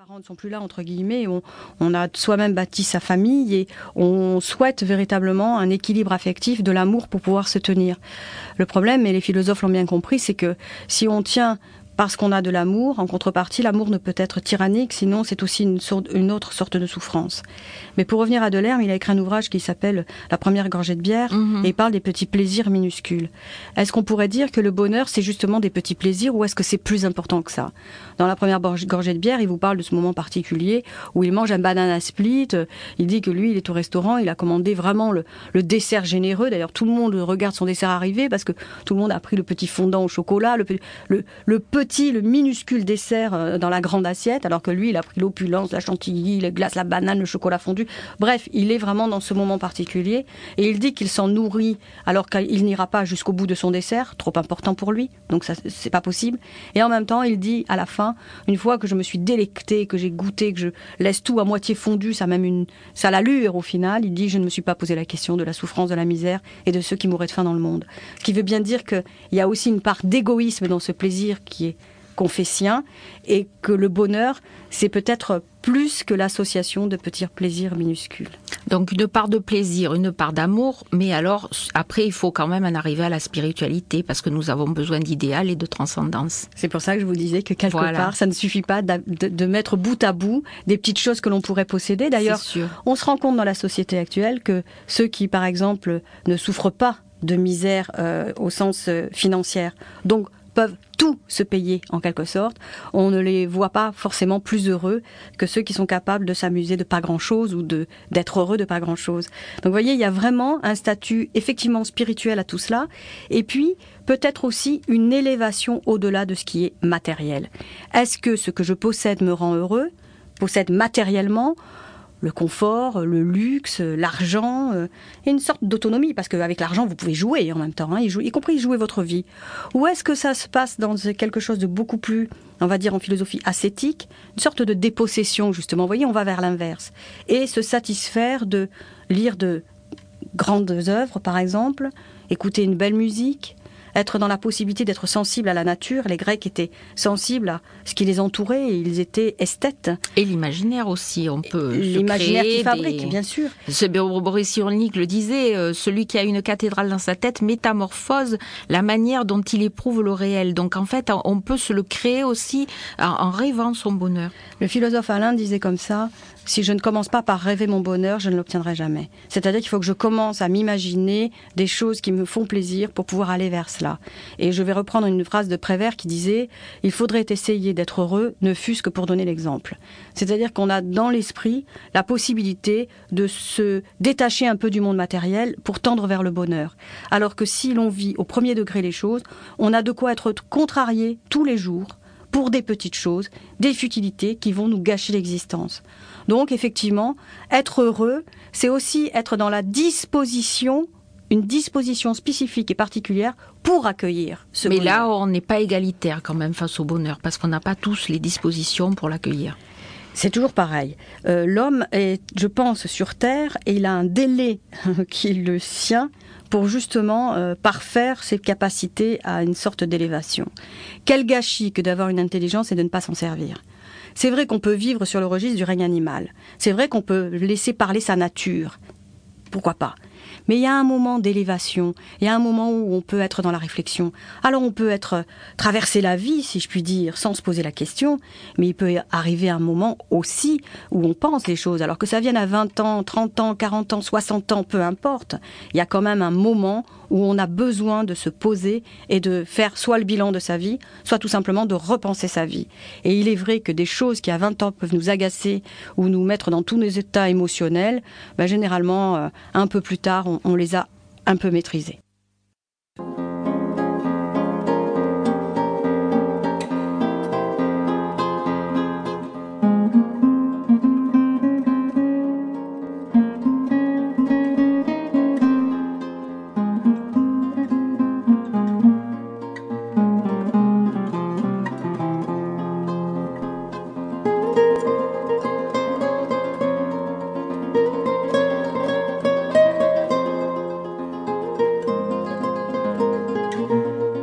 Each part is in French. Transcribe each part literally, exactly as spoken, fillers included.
parents ne sont plus là, entre guillemets, on, on a soi-même bâti sa famille et on souhaite véritablement un équilibre affectif, de l'amour pour pouvoir se tenir. Le problème, et les philosophes l'ont bien compris, c'est que si on tient parce qu'on a de l'amour, en contrepartie, l'amour ne peut être tyrannique, sinon c'est aussi une, sorte, une autre sorte de souffrance. Mais pour revenir à Delerme, il a écrit un ouvrage qui s'appelle « La première gorgée de bière mmh. » et il parle des petits plaisirs minuscules. Est-ce qu'on pourrait dire que le bonheur, c'est justement des petits plaisirs ou est-ce que c'est plus important que ça ? Dans La première gorgée de bière, il vous parle de ce moment particulier où il mange un banana split, il dit que lui, il est au restaurant, il a commandé vraiment le, le dessert généreux, d'ailleurs tout le monde regarde son dessert arriver parce que tout le monde a pris le petit fondant au chocolat, le, le, le petit Petit, le minuscule dessert dans la grande assiette, alors que lui, il a pris l'opulence, la chantilly, les glaces, la banane, le chocolat fondu. Bref, il est vraiment dans ce moment particulier. Et il dit qu'il s'en nourrit alors qu'il n'ira pas jusqu'au bout de son dessert, trop important pour lui, donc ça, c'est pas possible. Et en même temps, il dit à la fin, une fois que je me suis délecté, que j'ai goûté, que je laisse tout à moitié fondu, ça a même une, ça a l'allure au final, il dit, je ne me suis pas posé la question de la souffrance, de la misère et de ceux qui mourraient de faim dans le monde. Ce qui veut bien dire qu'il y a aussi une part d'égoïsme dans ce plaisir qui est qu'on fait sien, et que le bonheur, c'est peut-être plus que l'association de petits plaisirs minuscules. Donc une part de plaisir, une part d'amour, mais alors après il faut quand même en arriver à la spiritualité, parce que nous avons besoin d'idéal et de transcendance. C'est pour ça que je vous disais que quelque voilà. part, ça ne suffit pas de, de, de mettre bout à bout des petites choses que l'on pourrait posséder. D'ailleurs, on se rend compte dans la société actuelle que ceux qui, par exemple, ne souffrent pas de misère euh, au sens euh, financier, donc peuvent tout se payer en quelque sorte, on ne les voit pas forcément plus heureux que ceux qui sont capables de s'amuser de pas grand-chose ou de d'être heureux de pas grand-chose. Donc vous voyez, il y a vraiment un statut effectivement spirituel à tout cela, et puis peut-être aussi une élévation au-delà de ce qui est matériel. Est-ce que ce que je possède me rend heureux, possède matériellement, le confort, le luxe, l'argent, euh, et une sorte d'autonomie, parce qu'avec l'argent, vous pouvez jouer en même temps, hein, y, jouer, y compris jouer votre vie. Ou est-ce que ça se passe dans quelque chose de beaucoup plus, on va dire en philosophie ascétique, une sorte de dépossession, justement. Vous voyez, on va vers l'inverse. Et se satisfaire de lire de grandes œuvres, par exemple, écouter une belle musique, être dans la possibilité d'être sensible à la nature. Les Grecs étaient sensibles à ce qui les entourait, et ils étaient esthètes. Et l'imaginaire aussi, on peut l'imaginaire qui fabrique, des... bien sûr. Boris Cyrulnik le disait, euh, celui qui a une cathédrale dans sa tête métamorphose la manière dont il éprouve le réel. Donc en fait, on peut se le créer aussi en, en rêvant son bonheur. Le philosophe Alain disait comme ça, si je ne commence pas par rêver mon bonheur, je ne l'obtiendrai jamais. C'est-à-dire qu'il faut que je commence à m'imaginer des choses qui me font plaisir pour pouvoir aller vers cela. Et je vais reprendre une phrase de Prévert qui disait « Il faudrait essayer d'être heureux, ne fût-ce que pour donner l'exemple ». C'est-à-dire qu'on a dans l'esprit la possibilité de se détacher un peu du monde matériel pour tendre vers le bonheur. Alors que si l'on vit au premier degré les choses, on a de quoi être contrarié tous les jours pour des petites choses, des futilités qui vont nous gâcher l'existence. Donc, effectivement, être heureux, c'est aussi être dans la disposition, une disposition spécifique et particulière pour accueillir ce bonheur. Mais là, on n'est pas égalitaire quand même face au bonheur, parce qu'on n'a pas tous les dispositions pour l'accueillir. C'est toujours pareil. Euh, l'homme est, je pense, sur Terre, et il a un délai qui est le sien pour justement euh, parfaire ses capacités à une sorte d'élévation. Quel gâchis que d'avoir une intelligence et de ne pas s'en servir. C'est vrai qu'on peut vivre sur le registre du règne animal. C'est vrai qu'on peut laisser parler sa nature. Pourquoi pas ? Mais il y a un moment d'élévation, il y a un moment où on peut être dans la réflexion. Alors on peut être traverser la vie, si je puis dire, sans se poser la question, mais il peut arriver un moment aussi où on pense les choses. Alors que ça vienne à vingt ans, trente ans, quarante ans, soixante ans, peu importe, il y a quand même un moment où on a besoin de se poser et de faire soit le bilan de sa vie, soit tout simplement de repenser sa vie. Et il est vrai que des choses qui à vingt ans peuvent nous agacer ou nous mettre dans tous nos états émotionnels, ben généralement, euh, un peu plus tard, on, on les a un peu maîtrisés.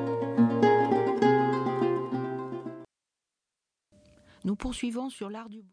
Nous poursuivons sur l'art du